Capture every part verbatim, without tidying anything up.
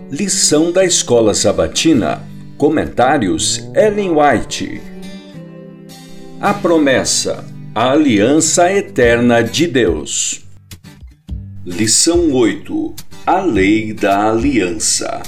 Lição da Escola Sabatina. Comentários Ellen White. A promessa, a aliança eterna de Deus. Lição oito. A lei da aliança.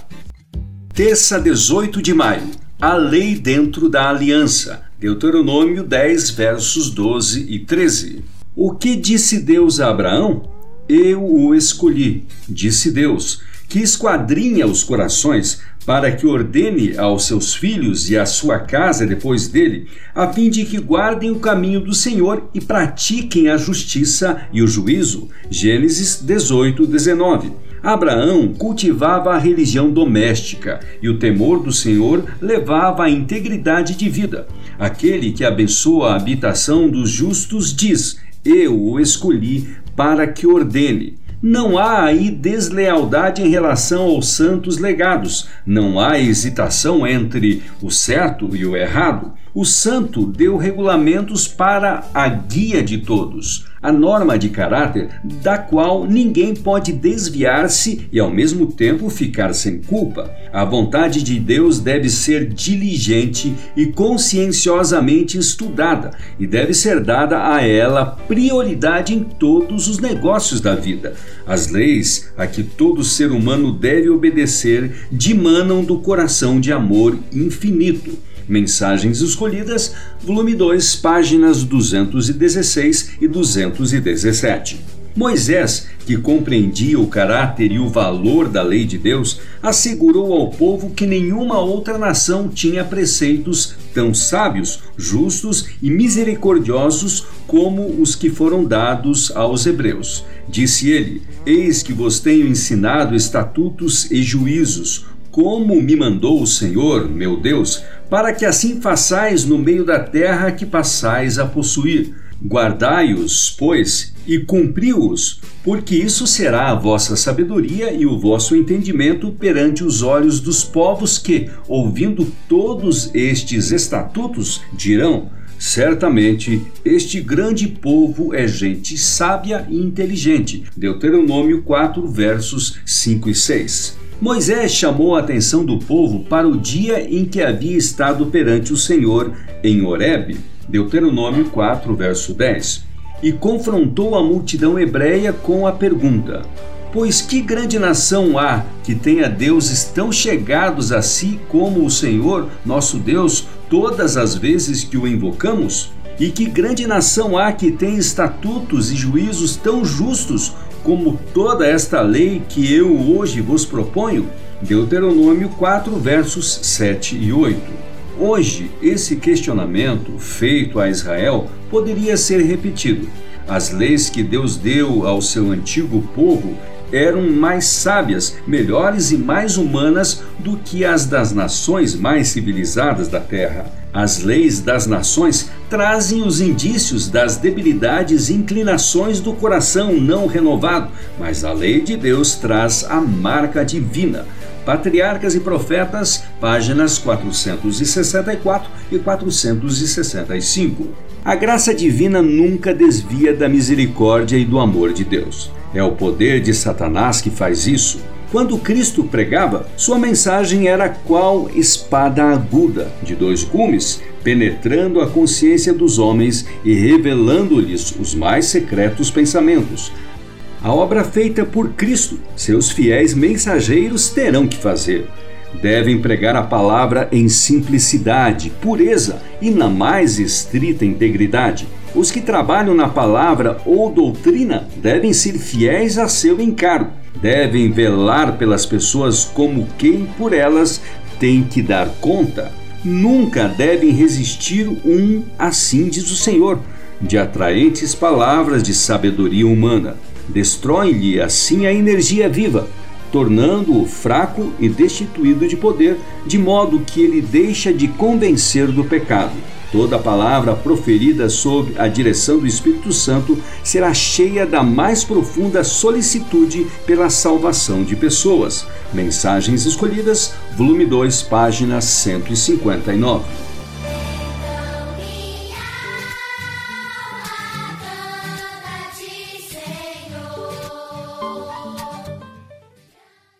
Terça, dezoito de maio. A lei dentro da aliança. Deuteronômio dez, versos doze e treze. O que disse Deus a Abraão? Eu o escolhi, disse Deus, que esquadrinha os corações, para que ordene aos seus filhos e à sua casa depois dele, a fim de que guardem o caminho do Senhor e pratiquem a justiça e o juízo. Gênesis dezoito, dezenove. Abraão cultivava a religião doméstica e o temor do Senhor levava à integridade de vida. Aquele que abençoa a habitação dos justos diz: eu o escolhi para que ordene. Não há aí deslealdade em relação aos santos legados. Não há hesitação entre o certo e o errado. O santo deu regulamentos para a guia de todos, a norma de caráter da qual ninguém pode desviar-se e ao mesmo tempo ficar sem culpa. A vontade de Deus deve ser diligente e conscienciosamente estudada e deve ser dada a ela prioridade em todos os negócios da vida. As leis a que todo ser humano deve obedecer dimanam do coração de amor infinito. Mensagens Escolhidas, volume dois, páginas duzentos e dezesseis e duzentos e dezessete. Moisés, que compreendia o caráter e o valor da lei de Deus, assegurou ao povo que nenhuma outra nação tinha preceitos tão sábios, justos e misericordiosos como os que foram dados aos hebreus. Disse ele: eis que vos tenho ensinado estatutos e juízos, como me mandou o Senhor, meu Deus, para que assim façais no meio da terra que passais a possuir. Guardai-os, pois, e cumpri-os, porque isso será a vossa sabedoria e o vosso entendimento perante os olhos dos povos que, ouvindo todos estes estatutos, dirão: certamente este grande povo é gente sábia e inteligente. Deuteronômio quatro, versos cinco e seis. Moisés chamou a atenção do povo para o dia em que havia estado perante o Senhor em Horebe, Deuteronômio quatro, verso dez, e confrontou a multidão hebreia com a pergunta: pois que grande nação há que tenha deuses tão chegados a si como o Senhor, nosso Deus, todas as vezes que o invocamos? E que grande nação há que tenha estatutos e juízos tão justos como toda esta lei que eu hoje vos proponho? Deuteronômio quatro, versos sete e oito. Hoje, esse questionamento feito a Israel poderia ser repetido. As leis que Deus deu ao seu antigo povo eram mais sábias, melhores e mais humanas do que as das nações mais civilizadas da terra. As leis das nações trazem os indícios das debilidades e inclinações do coração não renovado, mas a lei de Deus traz a marca divina. Patriarcas e Profetas, páginas quatrocentos e sessenta e quatro e quatrocentos e sessenta e cinco. A graça divina nunca desvia da misericórdia e do amor de Deus. É o poder de Satanás que faz isso. Quando Cristo pregava, sua mensagem era qual espada aguda, de dois gumes, penetrando a consciência dos homens e revelando-lhes os mais secretos pensamentos. A obra feita por Cristo, seus fiéis mensageiros terão que fazer. Devem pregar a palavra em simplicidade, pureza e na mais estrita integridade. Os que trabalham na palavra ou doutrina devem ser fiéis a seu encargo. Devem velar pelas pessoas como quem por elas tem que dar conta. Nunca devem resistir um, assim diz o Senhor, de atraentes palavras de sabedoria humana. Destroem-lhe assim a energia viva, tornando-o fraco e destituído de poder, de modo que ele deixa de convencer do pecado. Toda palavra proferida sob a direção do Espírito Santo será cheia da mais profunda solicitude pela salvação de pessoas. Mensagens Escolhidas, volume dois, página cento e cinquenta e nove.